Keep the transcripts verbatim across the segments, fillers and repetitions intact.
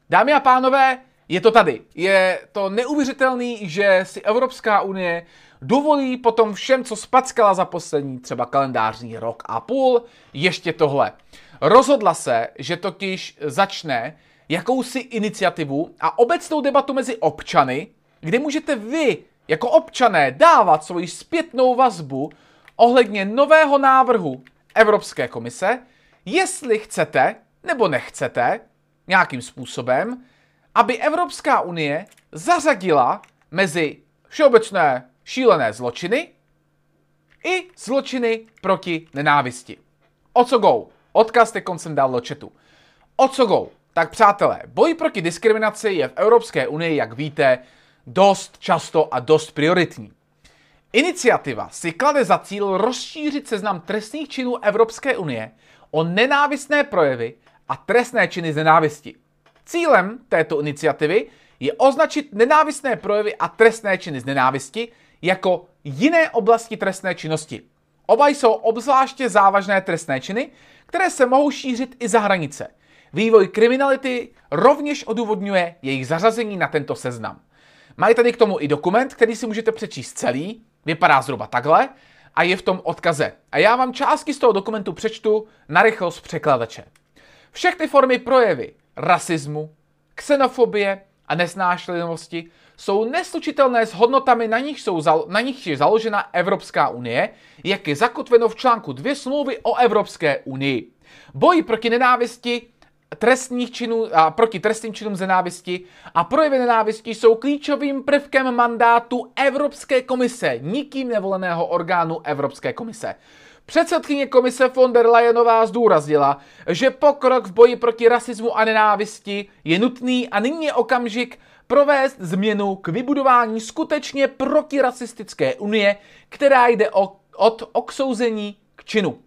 Dámy a pánové, je to tady. Je to neuvěřitelný, že si Evropská unie dovolí po tom všem, co spackala za poslední třeba kalendářní rok a půl, ještě tohle. Rozhodla se, že totiž začne jakousi iniciativu a obecnou debatu mezi občany, kde můžete vy jako občané dávat svoji zpětnou vazbu ohledně nového návrhu Evropské komise, jestli chcete nebo nechcete nějakým způsobem, aby Evropská unie zařadila mezi všeobecné šílené zločiny i zločiny proti nenávisti. O co go? Odkaz teď jsem dal do chatu. O co go? Tak přátelé, boj proti diskriminaci je v Evropské unii, jak víte, dost často a dost prioritní. Iniciativa si klade za cíl rozšířit seznam trestných činů Evropské unie o nenávistné projevy a trestné činy z nenávisti. Cílem této iniciativy je označit nenávistné projevy a trestné činy z nenávisti jako jiné oblasti trestné činnosti. Oba jsou obzvláště závažné trestné činy, které se mohou šířit i za hranice. Vývoj kriminality rovněž odůvodňuje jejich zařazení na tento seznam. Mají tady k tomu i dokument, který si můžete přečíst celý, vypadá zhruba takhle a je v tom odkaze. A já vám částky z toho dokumentu přečtu na rychlost překladače. Všechny formy projevy rasismu, xenofobie a nesnášenlivosti jsou neslučitelné s hodnotami, na nich, jsou zal, na nich je založena Evropská unie, jak je zakotveno v článku dvě smlouvy o Evropské unii. Boj proti nenávisti, trestních činů a proti trestným činům z nenávisti a projevy nenávisti jsou klíčovým prvkem mandátu Evropské komise, nikým nevoleného orgánu Evropské komise. Předsedkyně komise von der Leyenová zdůraznila, že pokrok v boji proti rasismu a nenávisti je nutný a nyní je okamžik provést změnu k vybudování skutečně protirasistické unie, která jde o, od odsouzení k činu.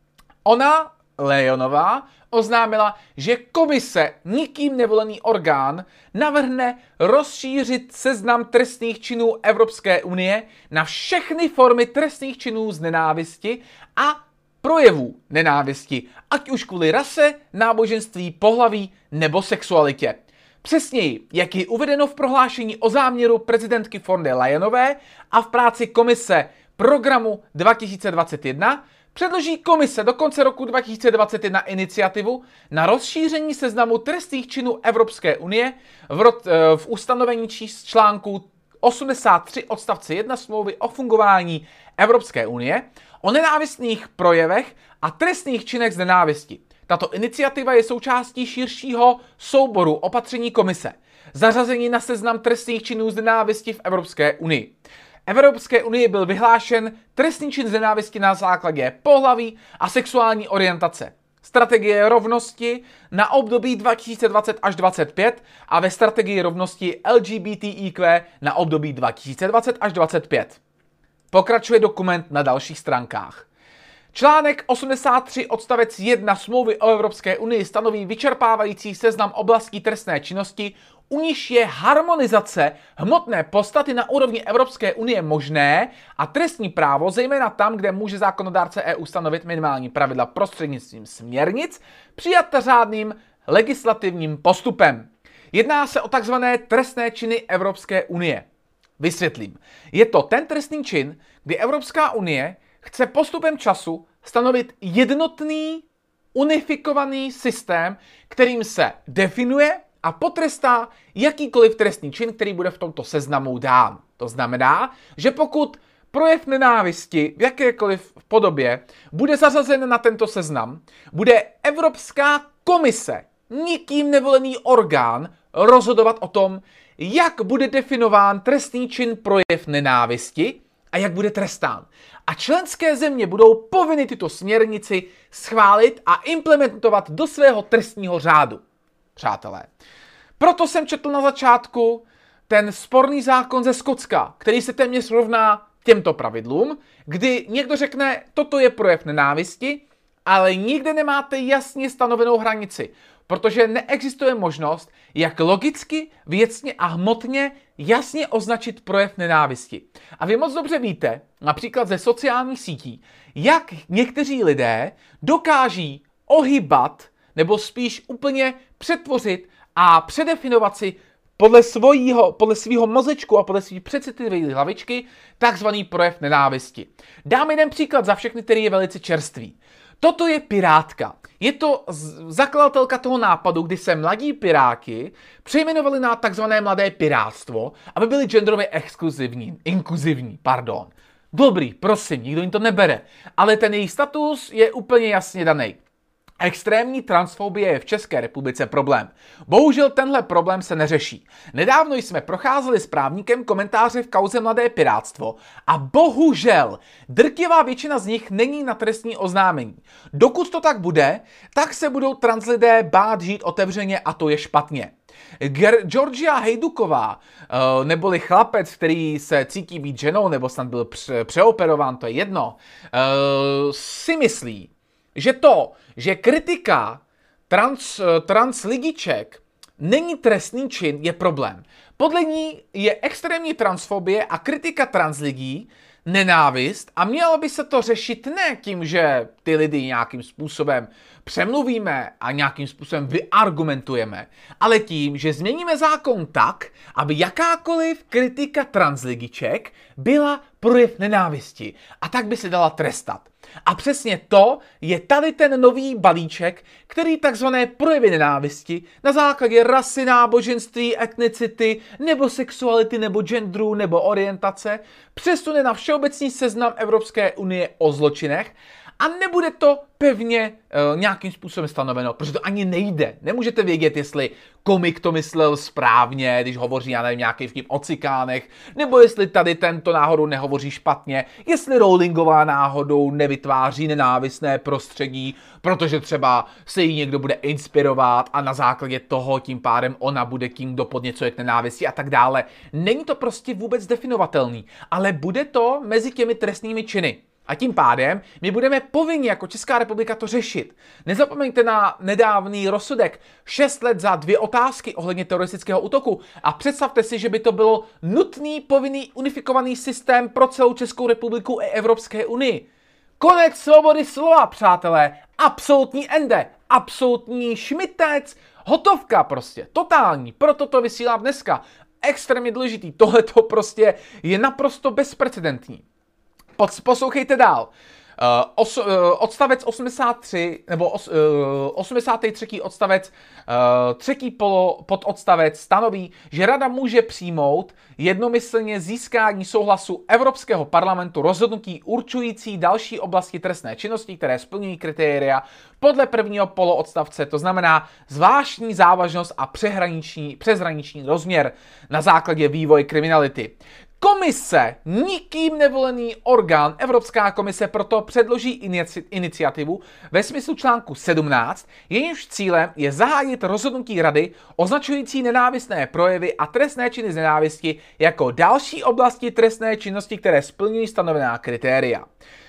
Ona, Leyenová, oznámila, že komise, nikým nevolený orgán, navrhne rozšířit seznam trestných činů Evropské unie na všechny formy trestných činů z nenávisti a projevů nenávisti, ať už kvůli rase, náboženství, pohlaví nebo sexualitě. Přesněji, jak je uvedeno v prohlášení o záměru prezidentky von der Leyenové a v práci komise programu dva tisíce dvacet jedna, předloží komise do konce roku dva tisíce dvacet jedna iniciativu na rozšíření seznamu trestných činů Evropské unie v, rod, v ustanovení čísl článku osmdesát tři odstavce jedna smlouvy o fungování Evropské unie o nenávistných projevech a trestných činech z nenávisti. Tato iniciativa je součástí širšího souboru opatření komise, zařazení na seznam trestných činů z nenávisti v Evropské unii. Evropské unii byl vyhlášen trestný čin z nenávisti na základě pohlaví a sexuální orientace. Strategie rovnosti na období dva tisíce dvacet až dvacet pět a ve strategii rovnosti L G B T I Q na období dva tisíce dvacet až dvacet pět. Pokračuje dokument na dalších stránkách. Článek osmdesát tři odstavec jedna smlouvy o Evropské unii stanoví vyčerpávající seznam oblastí trestné činnosti, u níž je harmonizace hmotné podstaty na úrovni Evropské unie možné a trestní právo, zejména tam, kde může zákonodárce E U stanovit minimální pravidla prostřednictvím směrnic, přijata řádným legislativním postupem. Jedná se o takzvané trestné činy Evropské unie. Vysvětlím. Je to ten trestný čin, kdy Evropská unie chce postupem času stanovit jednotný, unifikovaný systém, kterým se definuje a potrestá jakýkoliv trestný čin, který bude v tomto seznamu dán. To znamená, že pokud projev nenávisti v jakékoliv podobě bude zařazen na tento seznam, bude Evropská komise, nikým nevolený orgán, rozhodovat o tom, jak bude definován trestný čin projev nenávisti a jak bude trestán. A členské země budou povinny tyto směrnici schválit a implementovat do svého trestního řádu. Přátelé, proto jsem četl na začátku ten sporný zákon ze Skotska, který se téměř rovná těmto pravidlům, kdy někdo řekne, toto je projev nenávisti, ale nikde nemáte jasně stanovenou hranici, protože neexistuje možnost, jak logicky, věcně a hmotně jasně označit projev nenávisti. A vy moc dobře víte, například ze sociálních sítí, jak někteří lidé dokáží ohybat nebo spíš úplně přetvořit a předefinovat si podle svýho, podle svýho mozečku a podle svý přecitlivé hlavičky takzvaný projev nenávisti. Dám jeden příklad za všechny, který je velice čerstvý. Toto je Pirátka. Je to zakladatelka toho nápadu, kdy se mladí piráti přejmenovali na takzvané mladé pirátstvo, aby byli genderově exkluzivní, inkluzivní, pardon. Dobrý, prosím, nikdo jim to nebere, ale ten její status je úplně jasně daný. Extrémní transfobie je v České republice problém. Bohužel tenhle problém se neřeší. Nedávno jsme procházeli s právníkem komentáře v kauze Mladé pirátstvo a bohužel drtivá většina z nich není na trestní oznámení. Dokud to tak bude, tak se budou translidé bát žít otevřeně a to je špatně. Ger- Georgia Hejduková, uh, neboli chlapec, který se cítí být ženou, nebo snad byl pře- přeoperován, to je jedno, uh, si myslí, že to, že kritika trans, trans lidiček není trestný čin, je problém. Podle ní je extrémní transfobie a kritika trans lidí nenávist a mělo by se to řešit ne tím, že ty lidi nějakým způsobem přemluvíme a nějakým způsobem vyargumentujeme, ale tím, že změníme zákon tak, aby jakákoliv kritika translidiček byla projev nenávisti a tak by se dala trestat. A přesně to je tady ten nový balíček, který takzvané projevy nenávisti na základě rasy, náboženství, etnicity, nebo sexuality, nebo genderu, nebo orientace přesune na všeobecný seznam Evropské unie o zločinech a nebude to pevně uh, nějakým způsobem stanoveno, protože to ani nejde. Nemůžete vědět, jestli komik to myslel správně, když hovoří, já nevím, nějaký vtip o cikánech, nebo jestli tady tento náhodou nehovoří špatně, jestli Rowlingová náhodou nevytváří nenávistné prostředí, protože třeba se jí někdo bude inspirovat a na základě toho tím pádem ona bude tím, kdo podněcuje k nenávisti a tak dále. Není to prostě vůbec definovatelný, ale bude to mezi těmi trestnými činy. A tím pádem my budeme povinni jako Česká republika to řešit. Nezapomeňte na nedávný rozsudek šest let za dvě otázky ohledně teroristického útoku a představte si, že by to byl nutný, povinný, unifikovaný systém pro celou Českou republiku i Evropské unii. Konec svobody slova, přátelé. Absolutní ende. Absolutní šmitec. Hotovka prostě. Totální. Proto to vysílám dneska. Extrémně důležitý. Tohle to prostě je naprosto bezprecedentní. Poslouchejte dál. Uh, os, uh, odstavec osmdesát tři, nebo os, uh, osmdesátý třetí odstavec, uh, třetí polo, pododstavec stanoví, že Rada může přijmout jednomyslně získání souhlasu Evropského parlamentu rozhodnutí určující další oblasti trestné činnosti, které splňují kritéria podle prvního poloodstavce, to znamená zvláštní závažnost a přeshraniční, přeshraniční rozměr na základě vývoje kriminality. Komise, nikým nevolený orgán, Evropská komise proto předloží inici, iniciativu ve smyslu článku sedmnáct, jejímž cílem je zahájit rozhodnutí Rady označující nenávistné projevy a trestné činy z nenávisti jako další oblasti trestné činnosti, které splňují stanovená kritéria.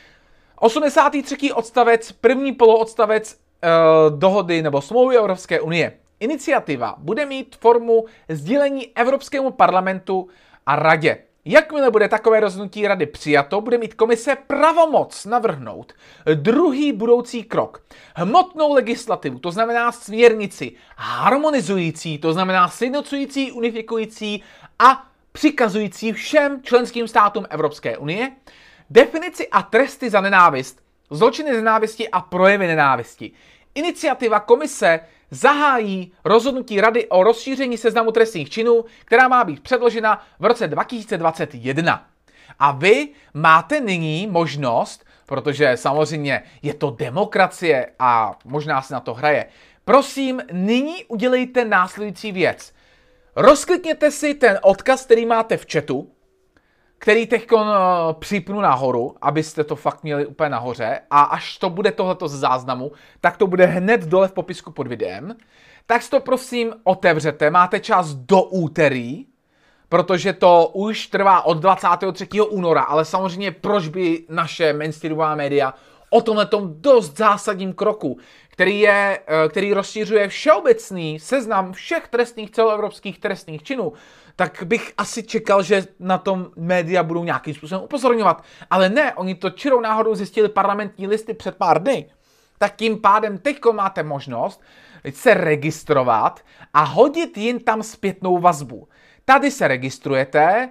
osmdesátý třetí odstavec, první poloodstavec eh, dohody nebo smlouvy Evropské unie. Iniciativa bude mít formu sdílení Evropskému parlamentu a Radě. Jakmile bude takové rozhodnutí Rady přijato, bude mít komise pravomoc navrhnout druhý budoucí krok. Hmotnou legislativu, to znamená směrnici, harmonizující, to znamená sjednocující, unifikující a přikazující všem členským státům Evropské unie, definici a tresty za nenávist, zločiny z nenávisti a projevy nenávisti. Iniciativa komise zahájí rozhodnutí Rady o rozšíření seznamu trestných činů, která má být předložena v roce dva tisíce dvacet jedna. A vy máte nyní možnost, protože samozřejmě je to demokracie a možná se na to hraje, prosím, nyní udělejte následující věc. Rozklikněte si ten odkaz, který máte v chatu, který teď uh, připnu nahoru, abyste to fakt měli úplně nahoře a až to bude tohleto z záznamu, tak to bude hned dole v popisku pod videem. Tak si to prosím otevřete, máte čas do úterý, protože to už trvá od dvacátého třetího února, ale samozřejmě proč by naše mainstreamová média o tomhletom dost zásadním kroku, který, je, který rozšířuje všeobecný seznam všech trestných celoevropských trestných činů, tak bych asi čekal, že na tom média budou nějakým způsobem upozorňovat. Ale ne, oni to čirou náhodou zjistili parlamentní listy před pár dny. Tak tím pádem teďko máte možnost se registrovat a hodit jen tam zpětnou vazbu. Tady se registrujete,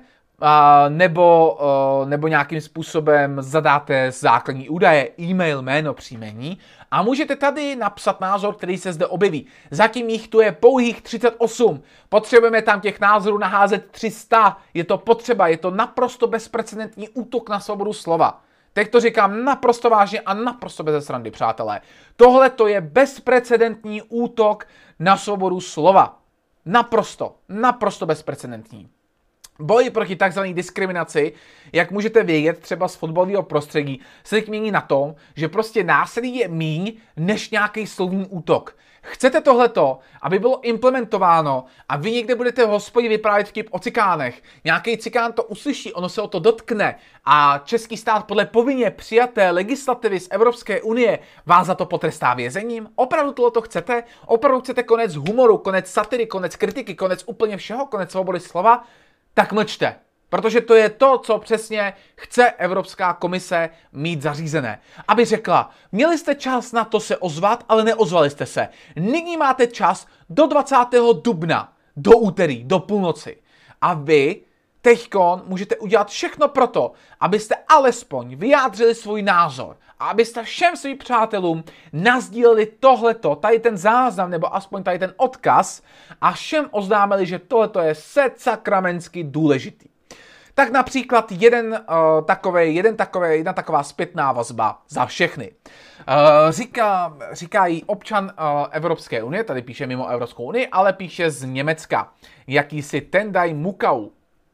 nebo, nebo nějakým způsobem zadáte základní údaje, e-mail, jméno, příjmení a můžete tady napsat názor, který se zde objeví. Zatím jich tu je pouhých třicet osm. Potřebujeme tam těch názorů naházet tři sta. Je to potřeba, je to naprosto bezprecedentní útok na svobodu slova. Teď to říkám naprosto vážně a naprosto bez srandy, přátelé. Tohle to je bezprecedentní útok na svobodu slova. Naprosto, naprosto bezprecedentní. Boj proti takzvané diskriminaci, jak můžete vědět třeba z fotbalového prostředí, se teď mění na tom, že prostě násilí je míň než nějaký slovní útok. Chcete tohleto, aby bylo implementováno a vy někde budete v hospodě vyprávět vtip o cikánech. Nějaký cikán to uslyší, ono se o to dotkne a český stát podle povinně přijaté legislativy z Evropské unie vás za to potrestá vězením? Opravdu tohleto chcete? Opravdu chcete konec humoru, konec satiry, konec kritiky, konec úplně všeho, konec svobody slova? Tak mlčte, protože to je to, co přesně chce Evropská komise mít zařízené. Aby řekla, měli jste čas na to se ozvat, ale neozvali jste se. Nyní máte čas do dvacátého dubna, do úterý, do půlnoci. A vy teďkon můžete udělat všechno proto, abyste alespoň vyjádřili svůj názor. A abyste všem svým přátelům nasdíleli tohleto, tady ten záznam, nebo aspoň tady ten odkaz a všem oznámili, že tohleto je setsakramentsky důležitý. Tak například jeden, uh, takovej, jeden takovej, jedna taková zpětná vazba za všechny. Uh, říká, říká jí občan uh, Evropské unie, tady píše mimo Evropskou unii, ale píše z Německa, jakýsi Tendai Mukau.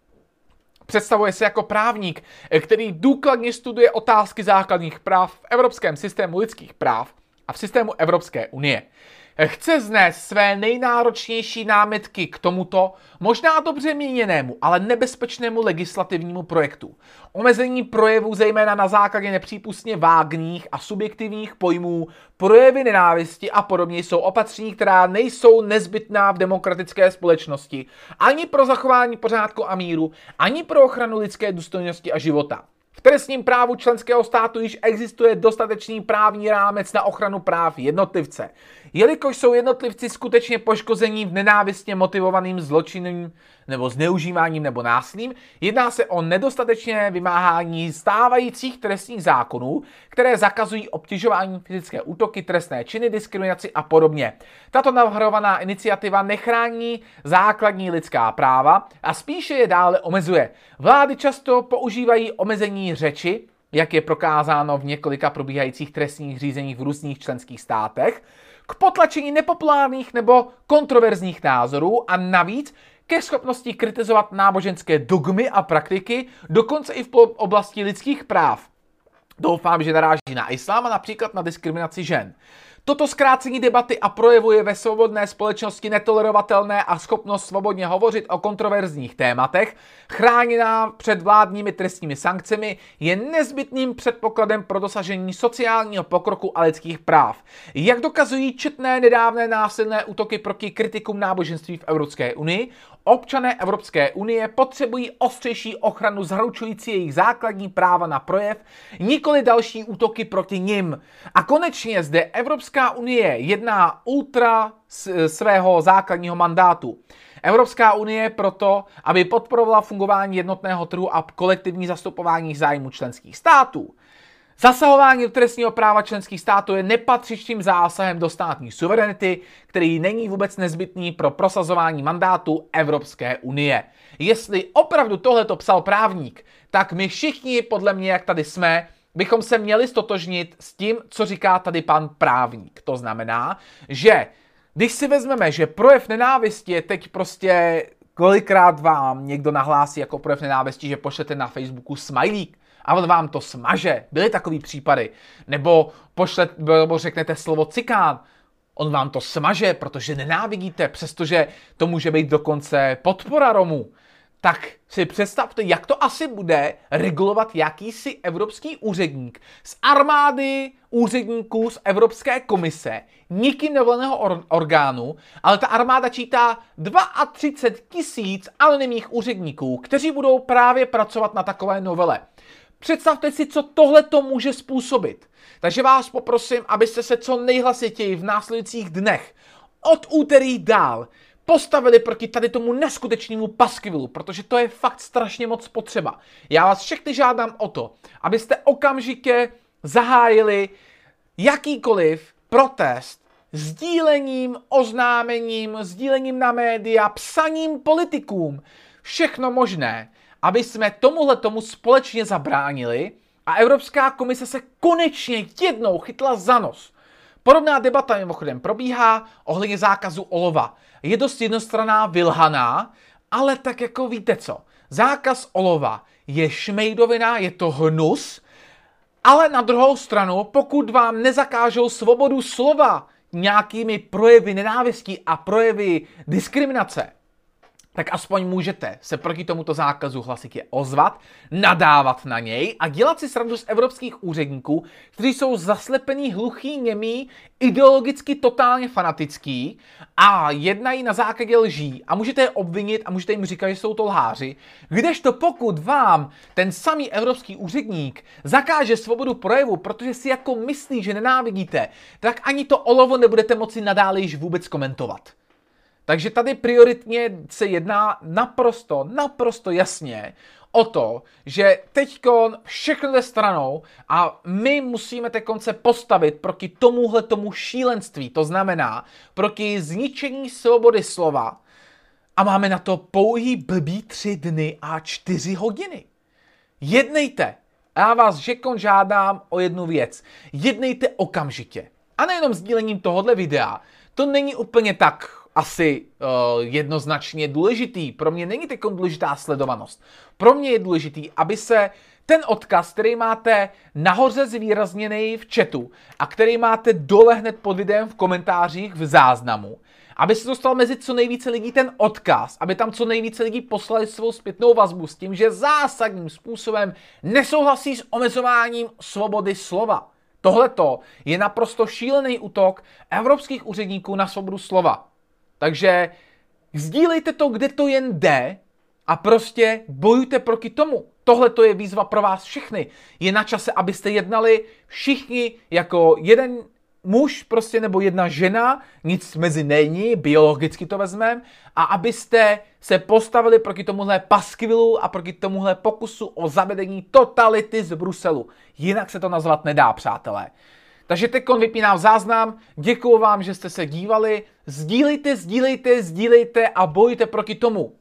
Představuje se jako právník, který důkladně studuje otázky základních práv v evropském systému lidských práv a v systému Evropské unie. Chce vznést své nejnáročnější námitky k tomuto, možná dobře míněnému, ale nebezpečnému legislativnímu projektu. Omezení projevů zejména na základě nepřípustně vágních a subjektivních pojmů, projevy nenávisti a podobně jsou opatření, která nejsou nezbytná v demokratické společnosti ani pro zachování pořádku a míru, ani pro ochranu lidské důstojnosti a života. V trestním právu členského státu již existuje dostatečný právní rámec na ochranu práv jednotlivce. Jelikož jsou jednotlivci skutečně poškození v nenávistně motivovaným zločinem nebo zneužíváním nebo násilím, jedná se o nedostatečné vymáhání stávajících trestních zákonů, které zakazují obtěžování, fyzické útoky, trestné činy, diskriminaci a podobně. Tato navrhovaná iniciativa nechrání základní lidská práva a spíše je dále omezuje. Vlády často používají omezení řeči, jak je prokázáno v několika probíhajících trestních řízeních v různých členských státech, k potlačení nepopulárních nebo kontroverzních názorů a navíc ke schopnosti kritizovat náboženské dogmy a praktiky, dokonce i v oblasti lidských práv. Doufám, že naráží na islám a například na diskriminaci žen. Toto zkrácení debaty a projevu je ve svobodné společnosti netolerovatelné a schopnost svobodně hovořit o kontroverzních tématech, chráněná před vládními trestními sankcemi, je nezbytným předpokladem pro dosažení sociálního pokroku a lidských práv. Jak dokazují četné nedávné násilné útoky proti kritikům náboženství v Evropské unii, občané Evropské unie potřebují ostřejší ochranu zaručující jejich základní práva na projev, nikoli další útoky proti nim. A konečně zde Evropská unie jedná ultra svého základního mandátu. Evropská unie proto, aby podporovala fungování jednotného trhu a kolektivní zastupování zájmů členských států. Zasahování do trestního práva členských států je nepatřičným zásahem do státní suverenity, který není vůbec nezbytný pro prosazování mandátu Evropské unie. Jestli opravdu tohleto psal právník, tak my všichni, podle mě, jak tady jsme, bychom se měli stotožnit s tím, co říká tady pan právník. To znamená, že když si vezmeme, že projev nenávisti je teď prostě kolikrát vám někdo nahlásí jako projev nenávisti, že pošlete na Facebooku smajlík a on vám to smaže. Byly takový případy. Nebo, pošlet, nebo řeknete slovo cikán, on vám to smaže, protože nenávidíte, přestože to může být dokonce podpora Romů. Tak si představte, jak to asi bude regulovat jakýsi evropský úředník z armády úředníků z Evropské komise, nikým nevoleného or- orgánu, ale ta armáda čítá třicet dva tisíc anonymních úředníků, kteří budou právě pracovat na takové novele. Představte si, co tohle to může způsobit. Takže vás poprosím, abyste se co nejhlasitěji v následujících dnech od úterý dál postavili proti tady tomu neskutečnému paskvilu, protože to je fakt strašně moc potřeba. Já vás všechny žádám o to, abyste okamžitě zahájili jakýkoliv protest sdílením, oznámením, sdílením na média, psaním politikům, všechno možné, aby jsme tomuhle tomu společně zabránili a Evropská komise se konečně jednou chytla za nos. Podobná debata mimochodem probíhá ohledně zákazu olova. Je dost jednostranná, vylhaná, ale tak jako víte co, zákaz olova je šmejdovina, je to hnus, ale na druhou stranu, pokud vám nezakážou svobodu slova nějakými projevy nenávistí a projevy diskriminace, tak aspoň můžete se proti tomuto zákazu hlasitě ozvat, nadávat na něj a dělat si srandu z evropských úředníků, kteří jsou zaslepený, hluchý, němí, ideologicky totálně fanatický a jednají na základě lží a můžete je obvinit a můžete jim říkat, že jsou to lháři, kdežto pokud vám ten samý evropský úředník zakáže svobodu projevu, protože si jako myslí, že nenávidíte, tak ani to olovo nebudete moci nadále již vůbec komentovat. Takže tady prioritně se jedná naprosto, naprosto jasně o to, že teďkon všechno jde stranou a my musíme teďkon se postavit proti tomuhle tomu šílenství, to znamená proti zničení svobody slova a máme na to pouhý blbý tři dny a čtyři hodiny. Jednejte. Já vás žekon žádám o jednu věc. Jednejte okamžitě. A nejenom sdílením tohohle videa. To není úplně tak asi uh, jednoznačně důležitý. Pro mě není teď důležitá sledovanost. Pro mě je důležitý, aby se ten odkaz, který máte nahoře zvýrazněný v chatu a který máte dole hned pod videem v komentářích v záznamu, aby se dostal mezi co nejvíce lidí ten odkaz, aby tam co nejvíce lidí poslali svou zpětnou vazbu s tím, že zásadním způsobem nesouhlasí s omezováním svobody slova. Tohleto je naprosto šílený útok evropských úředníků na svobodu slova. Takže sdílejte to, kde to jen jde a prostě bojujte proti tomu. Tohle to je výzva pro vás všechny. Je na čase, abyste jednali všichni jako jeden muž prostě nebo jedna žena, nic mezi není, biologicky to vezmeme, a abyste se postavili proti tomuhle paskvilu a proti tomuhle pokusu o zavedení totality z Bruselu. Jinak se to nazvat nedá, přátelé. Takže teďkon vypínám záznam, děkuju vám, že jste se dívali, sdílejte, sdílejte, sdílejte a bojujte proti tomu.